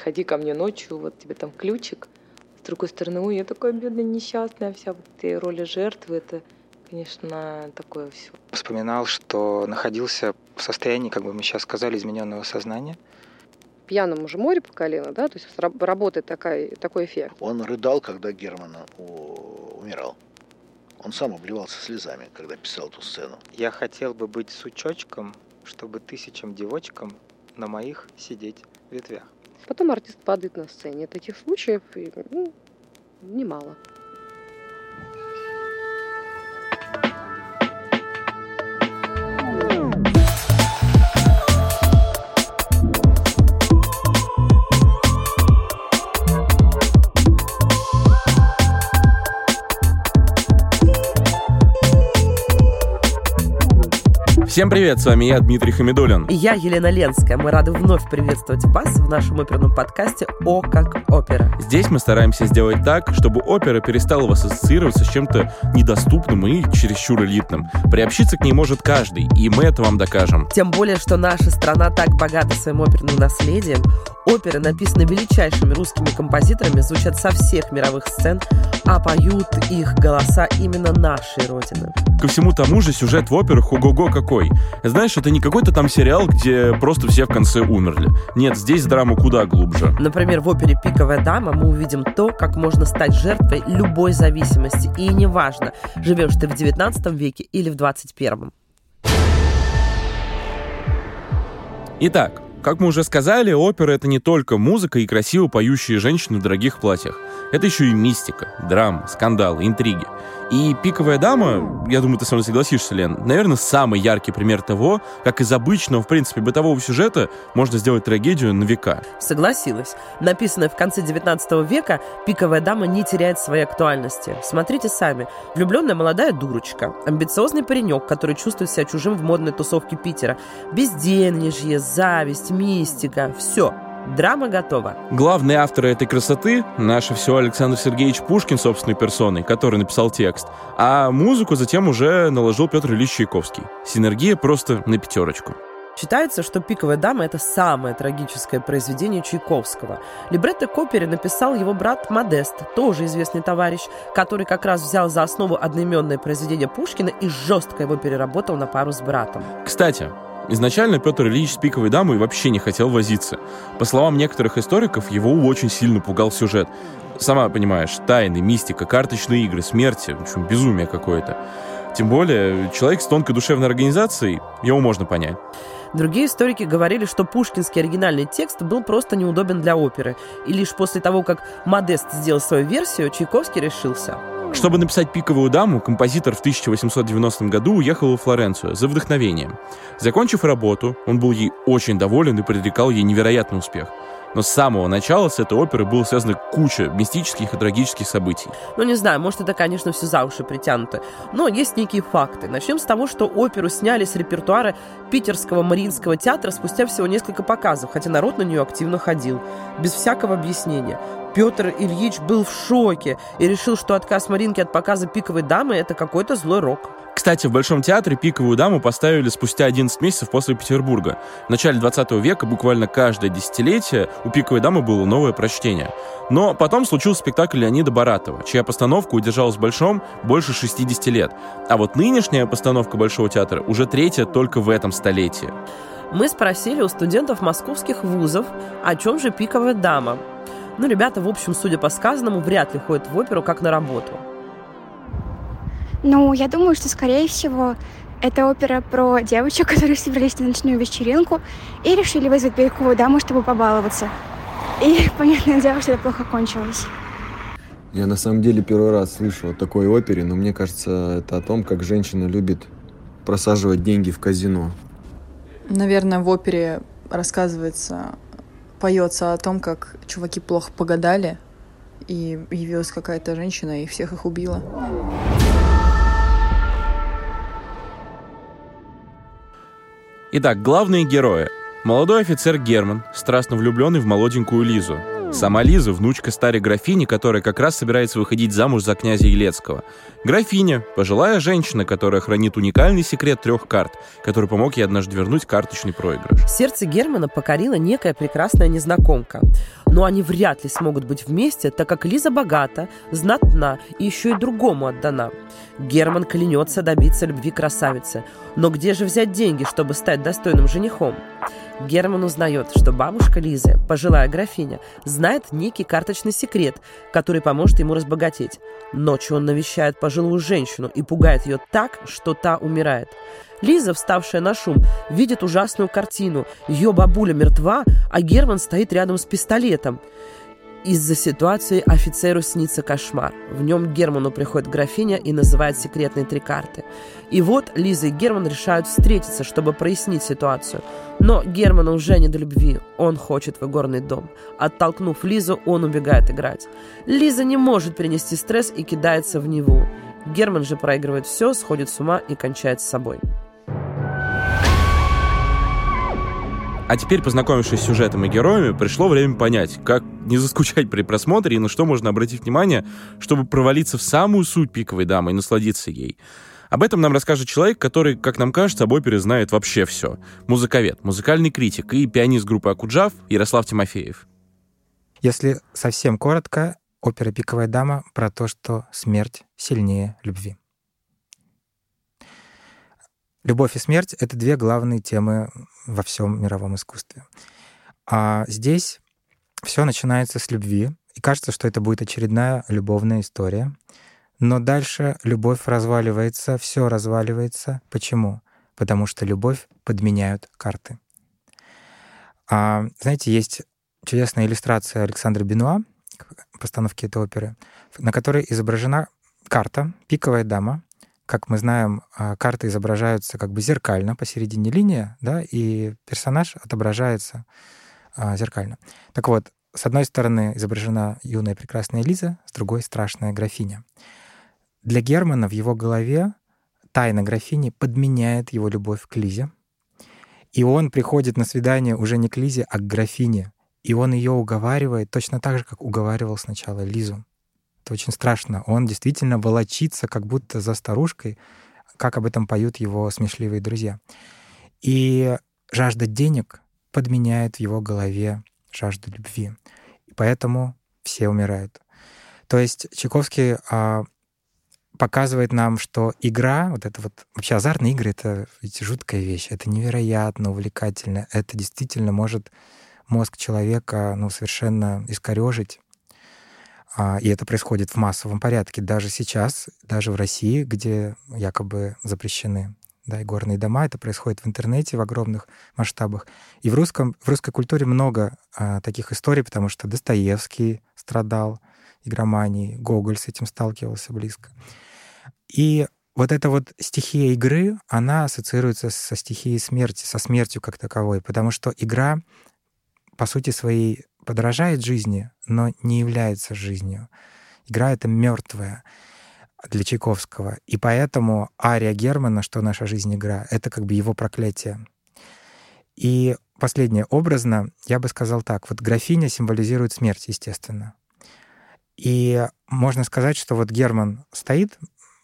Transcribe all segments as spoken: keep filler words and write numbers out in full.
приходи ко мне ночью, вот тебе там ключик. С другой стороны, ой, я такая бедная, несчастная, вся в этой роли жертвы, это, конечно, такое все. Вспоминал, что находился в состоянии, как бы мы сейчас сказали, измененного сознания. Пьяному же море по колено, да? То есть работает такой, такой эффект. Он рыдал, когда Герман умирал. Он сам обливался слезами, когда писал эту сцену. Я хотел бы быть сучочком, чтобы тысячам девочкам на моих сидеть в ветвях. Потом артист падает на сцене. Таких случаев ну, немало. Всем привет, с вами я, Дмитрий Хамидуллин. И я, Елена Ленская. Мы рады вновь приветствовать вас в нашем оперном подкасте «О как опера». Здесь мы стараемся сделать так, чтобы опера перестала вас ассоциироваться с чем-то недоступным и чересчур элитным. Приобщиться к ней может каждый, и мы это вам докажем. Тем более, что наша страна так богата своим оперным наследием. Оперы, написанные величайшими русскими композиторами, звучат со всех мировых сцен, а поют их голоса именно нашей Родины. Ко всему тому же сюжет в операх ого-го какой. Знаешь, это не какой-то там сериал, где просто все в конце умерли. Нет, здесь драма куда глубже. Например, в опере «Пиковая дама» мы увидим то, как можно стать жертвой любой зависимости. И неважно, живешь ты в девятнадцатом веке или в двадцать первом. Итак, как мы уже сказали, опера — это не только музыка и красиво поющие женщины в дорогих платьях. Это еще и мистика, драма, скандалы, интриги. И «Пиковая дама», я думаю, ты со мной согласишься, Лен, наверное, самый яркий пример того, как из обычного, в принципе, бытового сюжета можно сделать трагедию на века. Согласилась. Написанная в конце девятнадцатого века, «Пиковая дама» не теряет своей актуальности. Смотрите сами. Влюбленная молодая дурочка, амбициозный паренек, который чувствует себя чужим в модной тусовке Питера, безденежье, зависть, мистика — все. Драма готова. Главный автор этой красоты — наше все Александр Сергеевич Пушкин собственной персоной, который написал текст, а музыку затем уже наложил Петр Ильич Чайковский. Синергия просто на пятерочку. Считается, что «Пиковая дама» — это самое трагическое произведение Чайковского. Либретто к опере написал его брат Модест, тоже известный товарищ, который как раз взял за основу одноименное произведение Пушкина и жестко его переработал на пару с братом. Кстати, изначально Петр Ильич с «Пиковой дамой» вообще не хотел возиться. По словам некоторых историков, его очень сильно пугал сюжет. Сама понимаешь, тайны, мистика, карточные игры, смерти, в общем, безумие какое-то. Тем более, человек с тонкой душевной организацией, его можно понять. Другие историки говорили, что пушкинский оригинальный текст был просто неудобен для оперы. И лишь после того, как Модест сделал свою версию, Чайковский решился. Чтобы написать «Пиковую даму», композитор в тысяча восемьсот девяностом году уехал во Флоренцию за вдохновением. Закончив работу, он был ей очень доволен и предрекал ей невероятный успех. Но с самого начала с этой оперой было связано куча мистических и трагических событий. Ну, не знаю, может, это, конечно, все за уши притянуто. Но есть некие факты. Начнем с того, что оперу сняли с репертуара Питерского Мариинского театра спустя всего несколько показов, хотя народ на нее активно ходил. Без всякого объяснения. Петр Ильич был в шоке и решил, что отказ Маринки от показа «Пиковой дамы» — это какой-то злой рок. Кстати, в Большом театре «Пиковую даму» поставили спустя одиннадцать месяцев после Петербурга. В начале двадцатого века буквально каждое десятилетие у «Пиковой дамы» было новое прочтение. Но потом случился спектакль Леонида Баратова, чья постановка удержалась в Большом больше шестьдесят лет. А вот нынешняя постановка Большого театра уже третья только в этом столетии. Мы спросили у студентов московских вузов, о чем же «Пиковая дама». Ну, ребята, в общем, судя по сказанному, вряд ли ходят в оперу как на работу. Ну, я думаю, что, скорее всего, это опера про девочек, которые собрались на ночную вечеринку и решили вызвать «Пиковую даму», чтобы побаловаться. И, понятное дело, что это плохо кончилось. Я на самом деле первый раз слышу о такой опере, но мне кажется, это о том, как женщина любит просаживать деньги в казино. Наверное, в опере рассказывается, поется о том, как чуваки плохо погадали, и явилась какая-то женщина и всех их убила. Итак, главные герои. Молодой офицер Герман, страстно влюбленный в молоденькую Лизу. Сама Лиза — внучка старой графини, которая как раз собирается выходить замуж за князя Елецкого. Графиня — пожилая женщина, которая хранит уникальный секрет трех карт, который помог ей однажды вернуть карточный проигрыш. Сердце Германа покорила некая прекрасная незнакомка. Но они вряд ли смогут быть вместе, так как Лиза богата, знатна и еще и другому отдана. Герман клянется добиться любви красавицы. Но где же взять деньги, чтобы стать достойным женихом? Герман узнает, что бабушка Лизы, пожилая графиня, знает некий карточный секрет, который поможет ему разбогатеть. Ночью он навещает пожилую женщину и пугает ее так, что та умирает. Лиза, вставшая на шум, видит ужасную картину. Ее бабуля мертва, а Герман стоит рядом с пистолетом. Из-за ситуации офицеру снится кошмар. В нем к Герману приходит графиня и называет секретные три карты. И вот Лиза и Герман решают встретиться, чтобы прояснить ситуацию. Но Герману уже не до любви. Он хочет в игорный дом. Оттолкнув Лизу, он убегает играть. Лиза не может перенести стресс и кидается в Неву. Герман же проигрывает все, сходит с ума и кончает с собой. А теперь, познакомившись с сюжетом и героями, пришло время понять, как не заскучать при просмотре и на что можно обратить внимание, чтобы провалиться в самую суть «Пиковой дамы» и насладиться ей. Об этом нам расскажет человек, который, как нам кажется, об опере знает вообще все. Музыковед, музыкальный критик и пианист группы «Акуджав» Ярослав Тимофеев. Если совсем коротко, опера «Пиковая дама» про то, что смерть сильнее любви. Любовь и смерть — это две главные темы во всем мировом искусстве. А здесь все начинается с любви, и кажется, что это будет очередная любовная история. Но дальше любовь разваливается, все разваливается. Почему? Потому что любовь подменяют карты. А, знаете, есть чудесная иллюстрация Александра Бенуа к постановке этой оперы, на которой изображена карта «Пиковая дама». Как мы знаем, карты изображаются как бы зеркально, посередине линия, да, и персонаж отображается а, зеркально. Так вот, с одной стороны изображена юная прекрасная Лиза, с другой — страшная графиня. Для Германа в его голове тайна графини подменяет его любовь к Лизе, и он приходит на свидание уже не к Лизе, а к графине, и он ее уговаривает точно так же, как уговаривал сначала Лизу. Это очень страшно. Он действительно волочится как будто за старушкой, как об этом поют его смешливые друзья. И жажда денег подменяет в его голове жажду любви. И поэтому все умирают. То есть Чайковский а, показывает нам, что игра, вот это вот, вообще азартные игры — это ведь жуткая вещь, это невероятно увлекательно, это действительно может мозг человека, ну, совершенно искорёжить. И это происходит в массовом порядке. Даже сейчас, даже в России, где якобы запрещены, да, игорные дома, это происходит в интернете в огромных масштабах. И в, русском, в русской культуре много а, таких историй, потому что Достоевский страдал игроманией, Гоголь с этим сталкивался близко. И вот эта вот стихия игры, она ассоциируется со стихией смерти, со смертью как таковой, потому что игра, по сути своей, подражает жизни, но не является жизнью. Игра — это мертвая для Чайковского. И поэтому ария Германа, что наша жизнь — игра, это как бы его проклятие. И последнее, образно, я бы сказал так. Вот графиня символизирует смерть, естественно. И можно сказать, что вот Герман стоит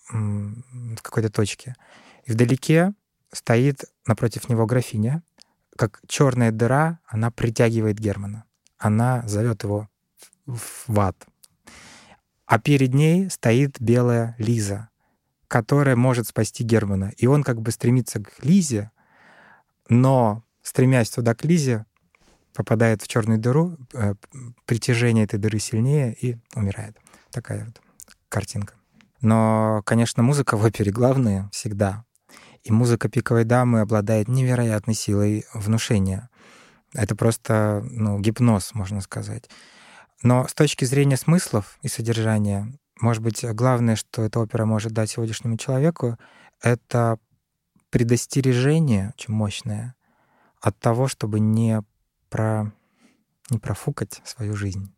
в какой-то точке, и вдалеке стоит напротив него графиня, как черная дыра, она притягивает Германа. Она зовет его в ад. А перед ней стоит белая Лиза, которая может спасти Германа. И он как бы стремится к Лизе, но, стремясь туда к Лизе, попадает в черную дыру, притяжение этой дыры сильнее и умирает. Такая вот картинка. Но, конечно, музыка в опере главная всегда. И музыка «Пиковой дамы» обладает невероятной силой внушения. Это просто, ну, гипноз, можно сказать. Но с точки зрения смыслов и содержания, может быть, главное, что эта опера может дать сегодняшнему человеку, это предостережение очень мощное от того, чтобы не, про... не профукать свою жизнь.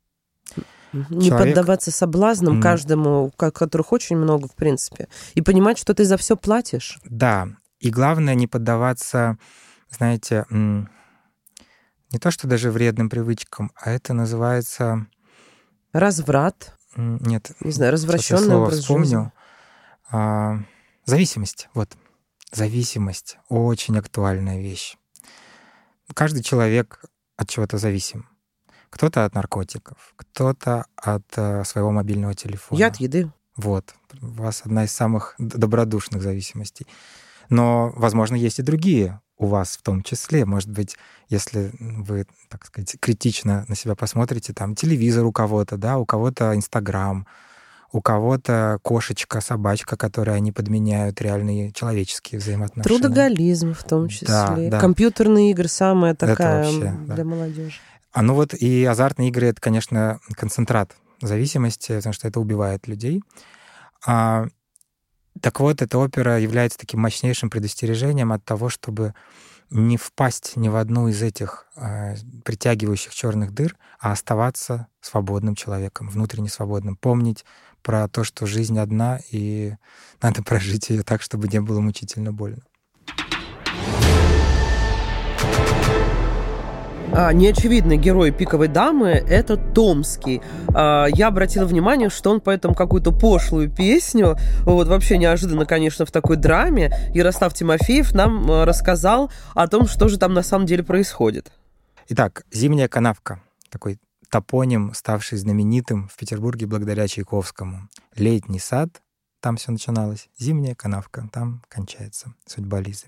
Не Человек... поддаваться соблазнам mm. каждому, которых очень много, в принципе, и понимать, что ты за все платишь. Да, и главное не поддаваться, знаете, не то что даже вредным привычкам, а это называется... Разврат. Нет. Не знаю, развращенный слово образ вспомню. жизни. А, зависимость. Вот. Зависимость. Очень актуальная вещь. Каждый человек от чего-то зависим. Кто-то от наркотиков, кто-то от э, своего мобильного телефона. Я от еды. Вот. У вас одна из самых добродушных зависимостей. Но, возможно, есть и другие у вас в том числе. Может быть, если вы, так сказать, критично на себя посмотрите, там телевизор у кого-то, да, у кого-то Инстаграм, у кого-то кошечка, собачка, которые они подменяют реальные человеческие взаимоотношения. Трудоголизм в том числе. Да, да. Компьютерные игры самая такая вообще, для да. молодежи. А ну вот и азартные игры — это, конечно, концентрат зависимости, потому что это убивает людей. А, так вот, эта опера является таким мощнейшим предостережением от того, чтобы не впасть ни в одну из этих э, притягивающих черных дыр, а оставаться свободным человеком, внутренне свободным. Помнить про то, что жизнь одна, и надо прожить ее так, чтобы не было мучительно больно. А, неочевидный герой «Пиковой дамы» — это Томский. А, я обратила внимание, что он поет там какую-то пошлую песню. Вот, вообще неожиданно, конечно, в такой драме. Ярослав Тимофеев нам а, рассказал о том, что же там на самом деле происходит. Итак, «Зимняя канавка». Такой топоним, ставший знаменитым в Петербурге благодаря Чайковскому. Летний сад, там все начиналось. Зимняя канавка, там кончается судьба Лизы.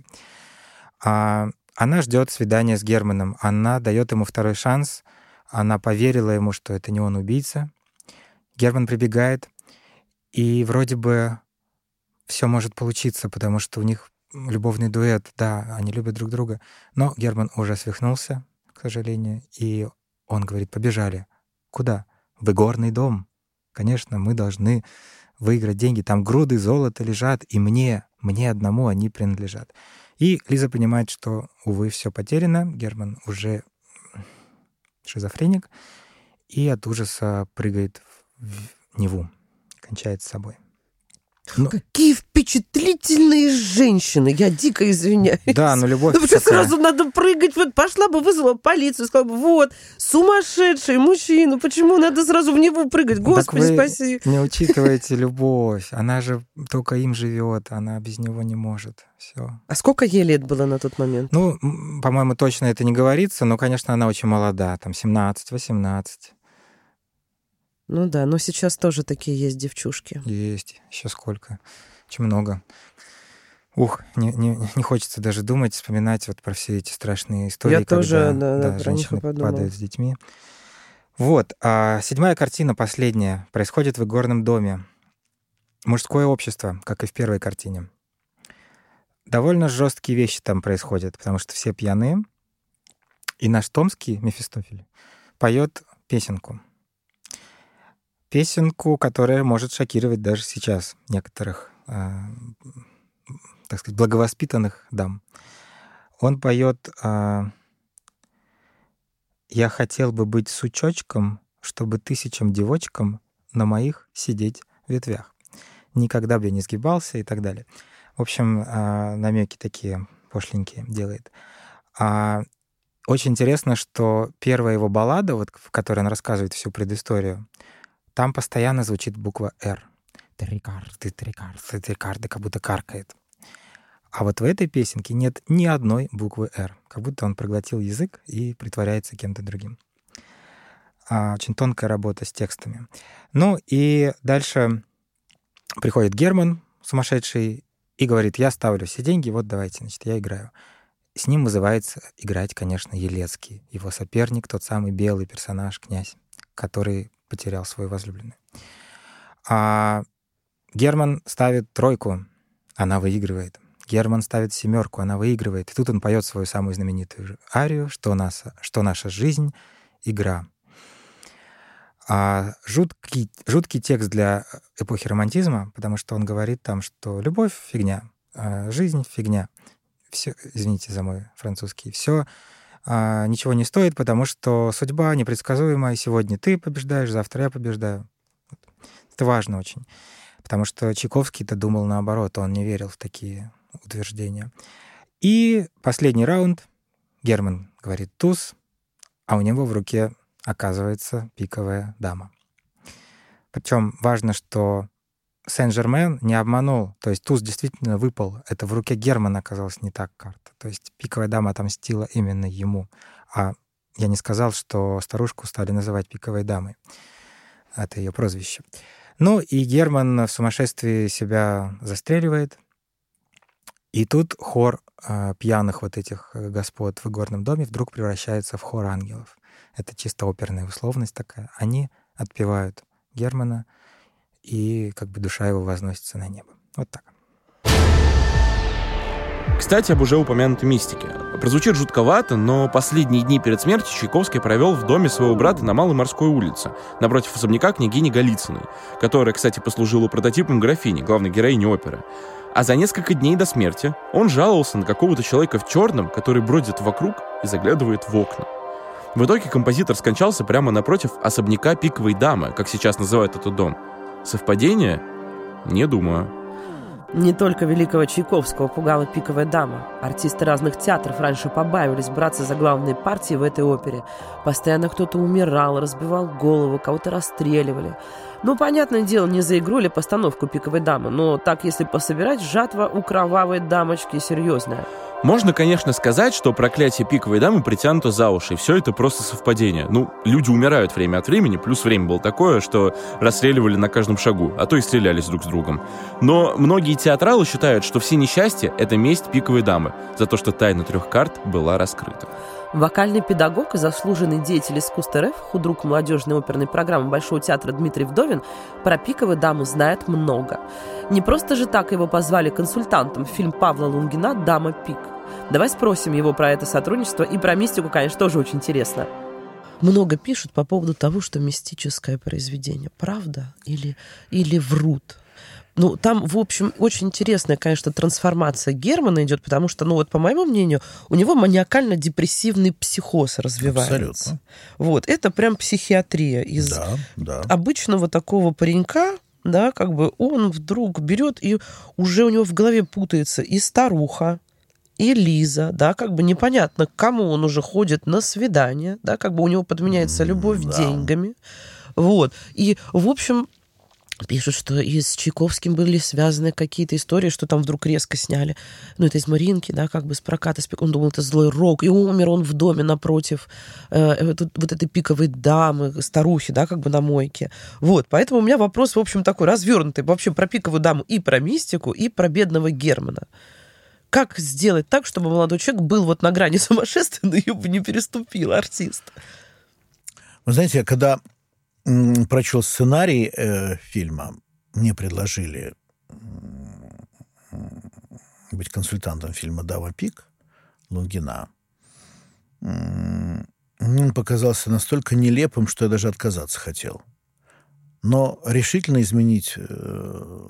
А она ждет свидания с Германом. Она дает ему второй шанс. Она поверила ему, что это не он убийца. Герман прибегает, и вроде бы все может получиться, потому что у них любовный дуэт, да, они любят друг друга. Но Герман уже свихнулся, к сожалению, и он говорит: побежали. Куда? В игорный дом. Конечно, мы должны выиграть деньги. Там груды золота лежат, и мне, мне одному они принадлежат. И Лиза понимает, что, увы, все потеряно. Герман уже шизофреник, и от ужаса прыгает в Неву, кончает с собой. Ну, какие впечатлительные женщины! Я дико извиняюсь. Да, но любовь Ну, такая... сразу надо прыгать. Вот пошла бы, вызвала полицию, сказала бы: вот, сумасшедший мужчина, почему надо сразу в него прыгать? Господи, так вы спаси. не учитываете любовь. Она же только им живет, она без него не может. Все. А сколько ей лет было на тот момент? Ну, по-моему, точно это не говорится, но, конечно, она очень молода, там семнадцать-восемнадцать. Ну да, но сейчас тоже такие есть девчушки. Есть, еще сколько. Очень много. Ух, не, не, не хочется даже думать, вспоминать вот про все эти страшные истории, Я когда тоже, да, да, да, женщины подумала. падают с детьми. Вот, а седьмая картина, последняя, происходит в игорном доме. Мужское общество, как и в первой картине. Довольно жесткие вещи там происходят, потому что все пьяные. И наш Томский, Мефистофель, поет песенку. Песенку, которая может шокировать даже сейчас некоторых, э, так сказать, благовоспитанных дам. Он поет: э, «Я хотел бы быть сучочком, чтобы тысячам девочкам на моих сидеть в ветвях. Никогда бы я не сгибался» и так далее. В общем, э, намеки такие пошленькие делает. А очень интересно, что первая его баллада, вот, в которой он рассказывает всю предысторию, там постоянно звучит буква «Р». Ты Рикард, ты Рикард, ты Рикард, как будто каркает. А вот в этой песенке нет ни одной буквы «Р». Как будто он проглотил язык и притворяется кем-то другим. А, очень тонкая работа с текстами. Ну и дальше приходит Герман, сумасшедший, и говорит: я ставлю все деньги, вот давайте, значит, я играю. С ним вызывается играть, конечно, Елецкий, его соперник, тот самый белый персонаж, князь, который потерял свою возлюбленную. А Герман ставит тройку, она выигрывает. Герман ставит семерку, она выигрывает. И тут он поет свою самую знаменитую арию, что, нас, что наша жизнь — игра. А жуткий, жуткий текст для эпохи романтизма, потому что он говорит там, что любовь — фигня, а жизнь — фигня. Все, извините за мой французский, все а, ничего не стоит, потому что судьба непредсказуема, и сегодня ты побеждаешь, завтра я побеждаю. Это важно очень, потому что Чайковский-то думал наоборот, он не верил в такие утверждения. И последний раунд. Герман говорит туз, а у него в руке оказывается пиковая дама. Причем важно, что Сен-Жермен не обманул, то есть туз действительно выпал. Это в руке Германа оказалась не так карта. То есть пиковая дама отомстила именно ему. А я не сказал, что старушку стали называть пиковой дамой. Это ее прозвище. Ну и Герман в сумасшествии себя застреливает. И тут хор э, пьяных вот этих господ в игорном доме вдруг превращается в хор ангелов. Это чисто оперная условность такая. Они отпевают Германа, и как бы душа его возносится на небо. Вот так. Кстати, об уже упомянутой мистике. Прозвучит жутковато, но последние дни перед смертью Чайковский провел в доме своего брата на Малой Морской улице, напротив особняка княгини Голицыной, которая, кстати, послужила прототипом графини, главной героини оперы. А за несколько дней до смерти он жаловался на какого-то человека в черном, который бродит вокруг и заглядывает в окна. В итоге композитор скончался прямо напротив особняка пиковой дамы, как сейчас называют этот дом. Совпадение? Не думаю. Не только великого Чайковского пугала пиковая дама. Артисты разных театров раньше побаивались браться за главные партии в этой опере. Постоянно кто-то умирал, разбивал голову, кого-то расстреливали. Ну, понятное дело, не за игру или постановку пиковой дамы, но так, если пособирать, жатва у кровавой дамочки серьезная. Можно, конечно, сказать, что проклятие пиковой дамы притянуто за уши, и все это просто совпадение. Ну, люди умирают время от времени, плюс время было такое, что расстреливали на каждом шагу, а то и стрелялись друг с другом. Но многие театралы считают, что все несчастья — это месть пиковой дамы за то, что тайна трех карт была раскрыта. Вокальный педагог и заслуженный деятель искусств РФ, худрук молодежной оперной программы Большого театра Дмитрий Вдовин про пиковую даму знает много. Не просто же так его позвали консультантом в фильм Павла Лунгина «Дама Пик». Давай спросим его про это сотрудничество, и про мистику, конечно, тоже очень интересно. Много пишут по поводу того, что мистическое произведение. Правда или, или врут? Ну, там, в общем, очень интересная, конечно, трансформация Германа идет, потому что, ну, вот, по моему мнению, у него маниакально-депрессивный психоз развивается. Абсолютно. Вот, это прям психиатрия. Из да, да. обычного такого паренька, да, как бы он вдруг берет, и уже у него в голове путается и старуха, и Лиза, да, как бы непонятно, к кому он уже ходит на свидание, да, как бы у него подменяется любовь да. деньгами. Вот. И, в общем, пишут, что и с Чайковским были связаны какие-то истории, что там вдруг резко сняли. Ну, это из Маринки, да, как бы с проката. Он думал, это злой рок. И умер он в доме напротив э, вот, вот этой пиковой дамы, старухи, да, как бы на мойке. Вот, поэтому у меня вопрос, в общем, такой развернутый вообще про пиковую даму и про мистику, и про бедного Германа. Как сделать так, чтобы молодой человек был вот на грани сумасшествия, но ее бы не переступил артист? Вы знаете, когда м, прочел сценарий э, фильма, мне предложили м, быть консультантом фильма «Дама Пик» Лунгина. М, он показался настолько нелепым, что я даже отказаться хотел. Но решительно изменить э,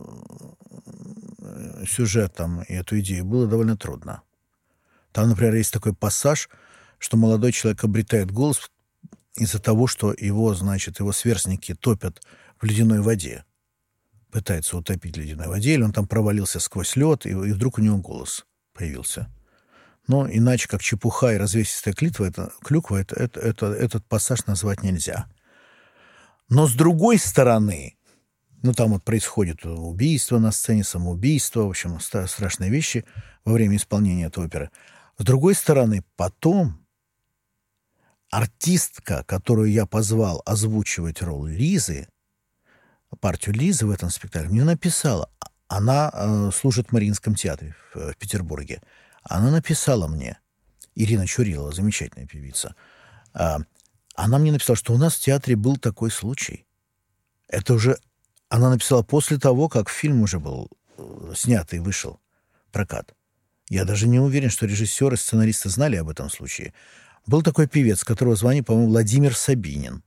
сюжет там, и эту идею было довольно трудно. Там, например, есть такой пассаж, что молодой человек обретает голос из-за того, что его, значит, его сверстники топят в ледяной воде. Пытается утопить в ледяной воде, или он там провалился сквозь лед, и, и вдруг у него голос появился. Но иначе, как чепуха и развесистая клитва, это, клюква, это, это, это, этот пассаж назвать нельзя. Но с другой стороны, ну, там вот происходит убийство на сцене, самоубийство, в общем, страшные вещи во время исполнения этой оперы. С другой стороны, потом артистка, которую я позвал озвучивать роль Лизы, партию Лизы в этом спектакле, мне написала. Она э, служит в Мариинском театре в, в Петербурге. Она написала мне, Ирина Чурилова, замечательная певица, э, она мне написала, что у нас в театре был такой случай. Это уже она написала после того, как фильм уже был снят и вышел в прокат. Я даже не уверен, что режиссеры и сценаристы знали об этом случае. Был такой певец, которого звали, по-моему, Владимир Сабинин.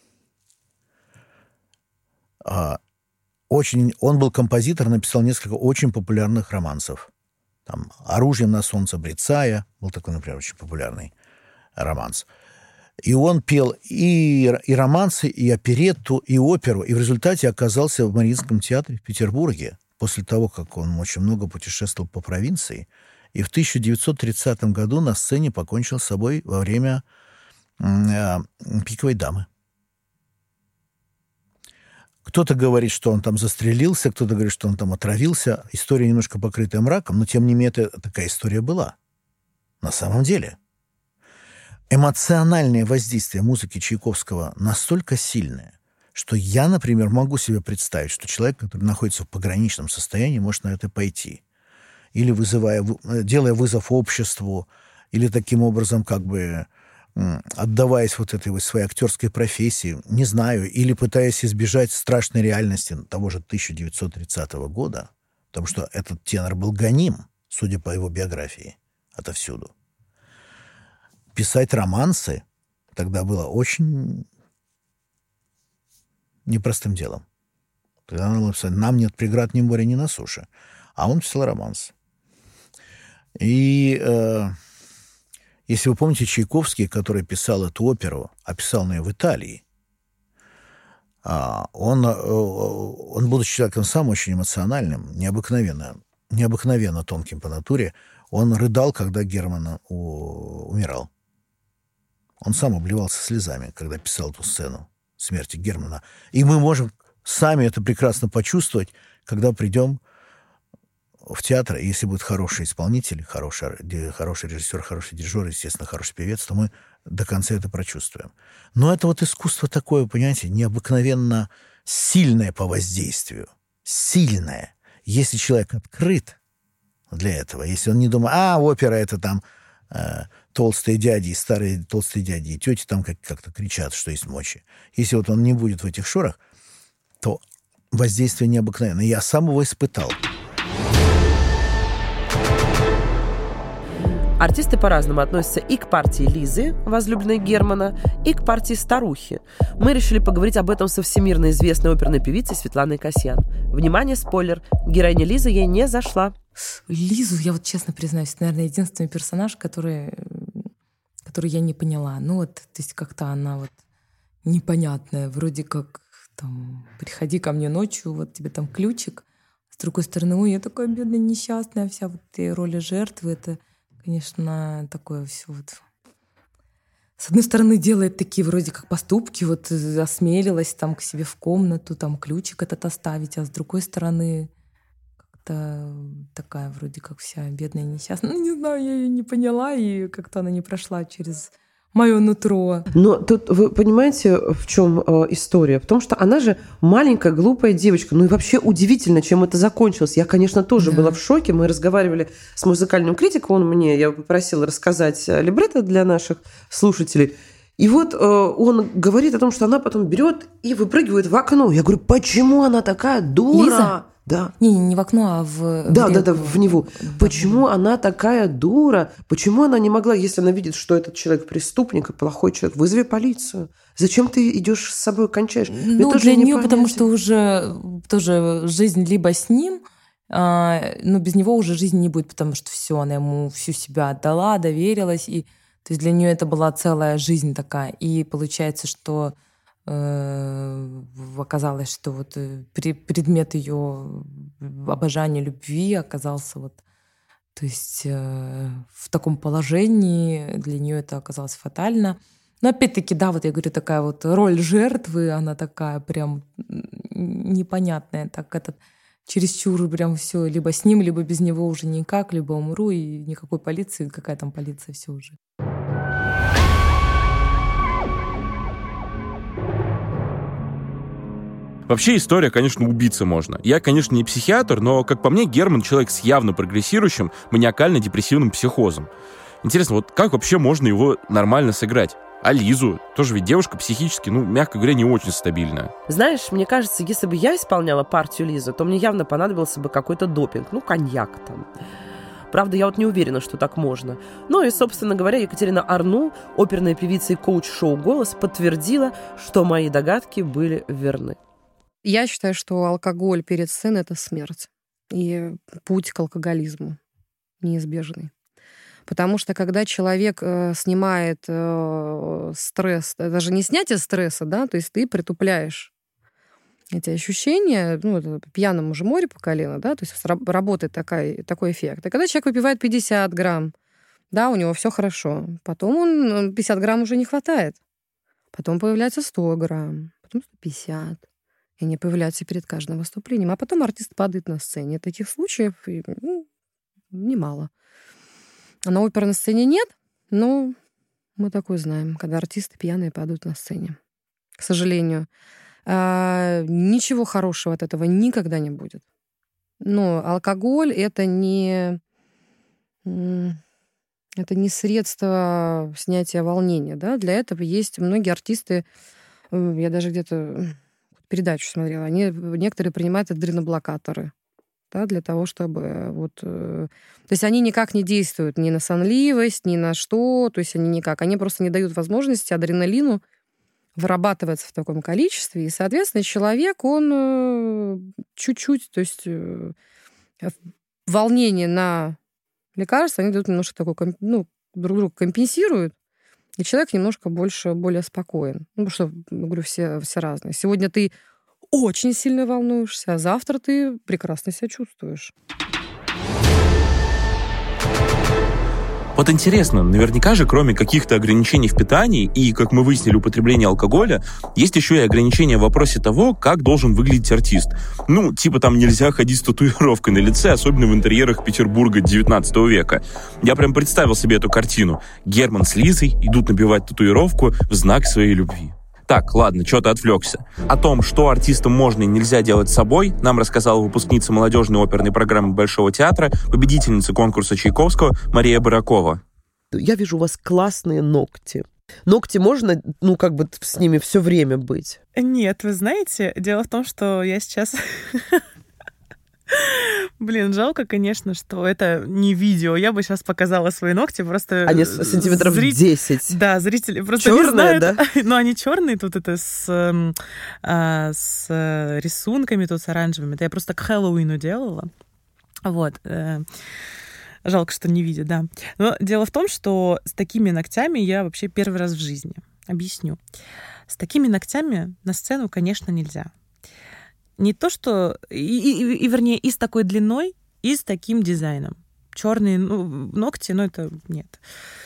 А, очень, он был композитор, написал несколько очень популярных романсов. Там «Оружием на солнце брецая» был такой, например, очень популярный романс. И он пел и, и романсы, и оперетту, и оперу, и в результате оказался в Мариинском театре в Петербурге после того, как он очень много путешествовал по провинции. И в тысяча девятьсот тридцатом году на сцене покончил с собой во время «Пиковой дамы». Кто-то говорит, что он там застрелился, кто-то говорит, что он там отравился. История немножко покрытая мраком, но тем не менее такая история была. На самом деле. Эмоциональное воздействие музыки Чайковского настолько сильное, что я, например, могу себе представить, что человек, который находится в пограничном состоянии, может на это пойти. Или вызывая, делая вызов обществу, или таким образом как бы отдаваясь вот этой вот своей актерской профессии, не знаю, или пытаясь избежать страшной реальности того же тысяча девятьсот тридцатого года, потому что этот тенор был гоним, судя по его биографии, отовсюду. Писать романсы тогда было очень непростым делом. Тогда надо было писать «Нам нет преград ни в море, ни на суше». А он писал романс. И... Э, Если вы помните, Чайковский, который писал эту оперу, а писал он ее в Италии, он, он, будучи человеком сам очень эмоциональным, необыкновенно, необыкновенно тонким по натуре, он рыдал, когда Герман умирал. Он сам обливался слезами, когда писал эту сцену смерти Германа. И мы можем сами это прекрасно почувствовать, когда придем в театр, и если будет хороший исполнитель, хороший, хороший режиссер, хороший дирижер, естественно, хороший певец, то мы до конца это прочувствуем. Но это вот искусство такое, понимаете, необыкновенно сильное по воздействию. Сильное. Если человек открыт для этого, если он не думает, а, опера — это там э, толстые дяди, старые толстые дяди и тети там как- как-то кричат, что есть мочи. Если вот он не будет в этих шорах, то воздействие необыкновенное. Я сам его испытал. Артисты по-разному относятся и к партии Лизы, возлюбленной Германа, и к партии Старухи. Мы решили поговорить об этом со всемирно известной оперной певицей Светланой Касьян. Внимание, спойлер. Героиня Лизы ей не зашла. Лизу, я вот честно признаюсь, наверное, единственный персонаж, который, который я не поняла. Ну вот, то есть как-то она вот непонятная. Вроде как там «приходи ко мне ночью, вот тебе там ключик». С другой стороны, ой, я такая бедная, несчастная, вся вот эта роли жертвы, это... Конечно, такое все вот... С одной стороны, делает такие вроде как поступки, вот осмелилась там к себе в комнату, там ключик этот оставить, а с другой стороны, как-то такая вроде как вся бедная, несчастная. Ну, не знаю, я ее не поняла, и как-то она не прошла через мое нутро. Но тут вы понимаете, в чем э, история? Потому что она же маленькая, глупая девочка. Ну и вообще удивительно, чем это закончилось. Я, конечно, тоже да. была в шоке. Мы разговаривали с музыкальным критиком. Он мне, я попросила рассказать либретто для наших слушателей. И вот э, он говорит о том, что она потом берет и выпрыгивает в окно. Я говорю, почему она такая дура? Лиза? Да. Не, не в окно, а в... Да, в да, да, в него. Да, почему да. она такая дура? Почему она не могла, если она видит, что этот человек преступник и плохой человек, вызови полицию. Зачем ты идешь с собой кончаешь? Ну, для нее, потому что уже тоже жизнь либо с ним, а, но без него уже жизни не будет, потому что все, она ему всю себя отдала, доверилась, и то есть для нее это была целая жизнь такая. И получается, что оказалось, что вот предмет ее обожания, любви оказался вот, то есть в таком положении, для нее это оказалось фатально. Но опять-таки, да, вот я говорю, такая вот роль жертвы, она такая прям непонятная, так этот чересчур прям все, либо с ним, либо без него уже никак, либо умру, и никакой полиции, какая там полиция, все уже. Вообще история, конечно, убиться можно. Я, конечно, не психиатр, но, как по мне, Герман — человек с явно прогрессирующим маниакально-депрессивным психозом. Интересно, вот как вообще можно его нормально сыграть? А Лизу? Тоже ведь девушка психически, ну, мягко говоря, не очень стабильная. Знаешь, мне кажется, если бы я исполняла партию Лизы, то мне явно понадобился бы какой-то допинг. Ну, коньяк там. Правда, я вот не уверена, что так можно. Ну и, собственно говоря, Екатерина Арну, оперная певица и коуч шоу «Голос», подтвердила, что мои догадки были верны. Я считаю, что алкоголь перед сценой — это смерть. И путь к алкоголизму неизбежный. Потому что когда человек э, снимает э, стресс, даже не снятие стресса, да, то есть ты притупляешь эти ощущения, ну, это пьяному же море по колено, да, то есть работает такой, такой эффект. И когда человек выпивает пятьдесят грамм, Да, у него все хорошо. Потом он пятьдесят грамм уже не хватает. Потом появляется сто грамм, потом сто пятьдесят. И они появляются перед каждым выступлением. А потом артист падает на сцене. Таких случаев ну, немало. А на оперной сцене нет, но мы такое знаем, когда артисты пьяные падают на сцене. К сожалению. А, ничего хорошего от этого никогда не будет. Но алкоголь — это не... Это не средство снятия волнения. Да? Для этого есть многие артисты, я даже где-то передачу смотрела, они, некоторые принимают адреноблокаторы, да, для того, чтобы... Вот, то есть они никак не действуют ни на сонливость, ни на что, то есть они никак. Они просто не дают возможности адреналину вырабатываться в таком количестве, и, соответственно, человек, он чуть-чуть, то есть волнение на лекарства, они дают немножко такой, ну, друг друга компенсируют, и человек немножко больше, более спокоен. Ну, потому что, я говорю, все, все разные. Сегодня ты очень сильно волнуешься, а завтра ты прекрасно себя чувствуешь. Вот интересно, наверняка же, кроме каких-то ограничений в питании и, как мы выяснили, употребления алкоголя, есть еще и ограничения в вопросе того, как должен выглядеть артист. Ну, типа там нельзя ходить с татуировкой на лице, особенно в интерьерах Петербурга девятнадцатого века. Я прям представил себе эту картину. Герман с Лизой идут набивать татуировку в знак своей любви. Так, ладно, что-то отвлекся. О том, что артистам можно и нельзя делать с собой, нам рассказала выпускница молодежной оперной программы Большого театра, победительница конкурса Чайковского Мария Баракова. Я вижу у вас классные ногти. Ногти можно, ну, как бы с ними все время быть? Нет, вы знаете, дело в том, что я сейчас... Блин, жалко, конечно, что это не видео. Я бы сейчас показала свои ногти, просто... Они сантиметров зри... десять. Да, зрители просто черные, не знают. Да? Но они черные, тут это с, а, с рисунками, тут с оранжевыми. Это я просто к Хэллоуину делала. Вот. Жалко, что не видят, да. Но дело в том, что с такими ногтями я вообще первый раз в жизни. Объясню. С такими ногтями на сцену, конечно, нельзя. Не то, что... И, и, и, вернее, и с такой длиной, и с таким дизайном. Черные ну, ногти, но это нет.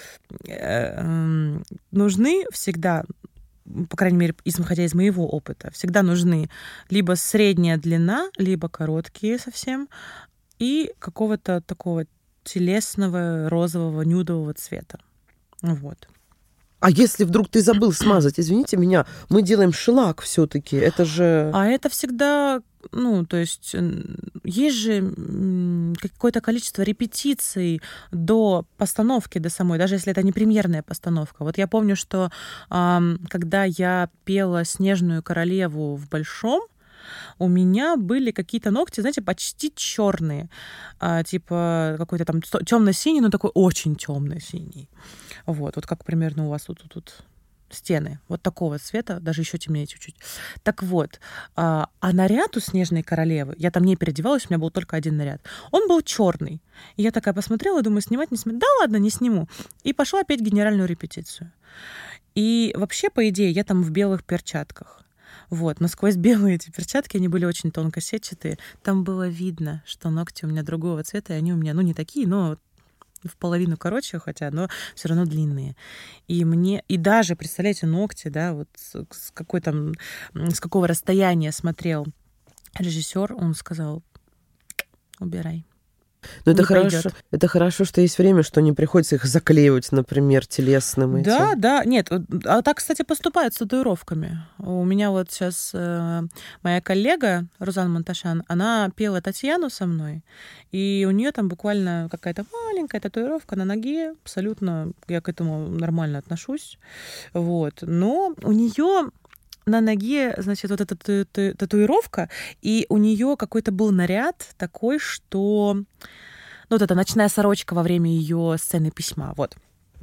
Нужны всегда, по крайней мере, исходя из моего опыта, всегда нужны либо средняя длина, либо короткие совсем, и какого-то такого телесного, розового, нюдового цвета. Вот. А если вдруг ты забыл смазать, извините меня, мы делаем шелак все-таки, это же... А это всегда, ну, то есть есть же какое-то количество репетиций до постановки, до самой, даже если это не премьерная постановка. Вот я помню, что когда я пела «Снежную королеву» в Большом, у меня были какие-то ногти, знаете, почти черные, а, типа какой-то там темно-синий, но такой очень темно-синий. Вот, вот как примерно у вас тут, тут, тут стены, вот такого цвета, даже еще темнее чуть-чуть. Так вот, а, а наряд у «Снежной королевы», я там не переодевалась, у меня был только один наряд, он был черный. И я такая посмотрела, думаю, снимать, не снимать. Да ладно, не сниму. И пошла опять генеральную репетицию. И вообще, по идее, я там в белых перчатках. Вот, но сквозь белые эти перчатки, они были очень тонкосетчатые, там было видно, что ногти у меня другого цвета, и они у меня, ну, не такие, но в половину короче, хотя, но все равно длинные. И мне, и даже, представляете, ногти, да, вот с какой там, с какого расстояния смотрел режиссер, он сказал: убирай. Ну, это хорошо, это хорошо, что есть время, что не приходится их заклеивать, например, телесным этим. Да, да, нет. А так, кстати, поступают с татуировками. У меня вот сейчас э, моя коллега Рузан Монташан, она пела Татьяну со мной, и у нее там буквально какая-то маленькая татуировка на ноге. Абсолютно я к этому нормально отношусь. Вот. Но у нее на ноге, значит, вот эта татуировка, и у нее какой-то был наряд такой, что... Ну, вот эта ночная сорочка во время ее сцены письма, вот.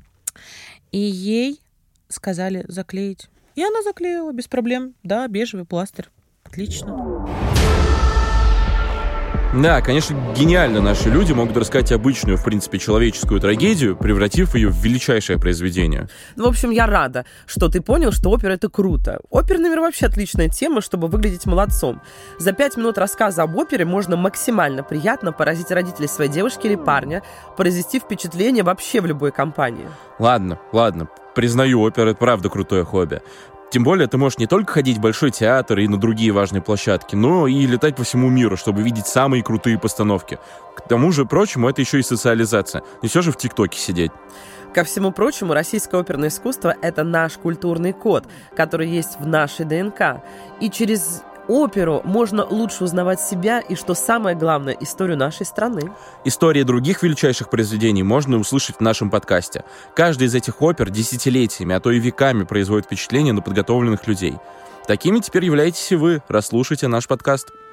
И ей сказали заклеить. И она заклеила без проблем. Да, бежевый пластырь. Отлично. Да, конечно, гениально наши люди могут рассказать обычную, в принципе, человеческую трагедию, превратив ее в величайшее произведение. Ну, в общем, я рада, что ты понял, что опера — это круто. Оперный мир вообще отличная тема, чтобы выглядеть молодцом. За пять минут рассказа об опере можно максимально приятно поразить родителей своей девушки или парня, произвести впечатление вообще в любой компании. Ладно, ладно, признаю, опера — это правда крутое хобби. Тем более ты можешь не только ходить в Большой театр и на другие важные площадки, но и летать по всему миру, чтобы видеть самые крутые постановки. К тому же, прочему, это еще и социализация. Не все же в ТикТоке сидеть. Ко всему прочему, российское оперное искусство — это наш культурный код, который есть в нашей ДНК. И через оперу можно лучше узнавать себя и, что самое главное, историю нашей страны. Истории других величайших произведений можно услышать в нашем подкасте. Каждая из этих опер десятилетиями, а то и веками производит впечатление на подготовленных людей. Такими теперь являетесь и вы, раз слушаете наш подкаст.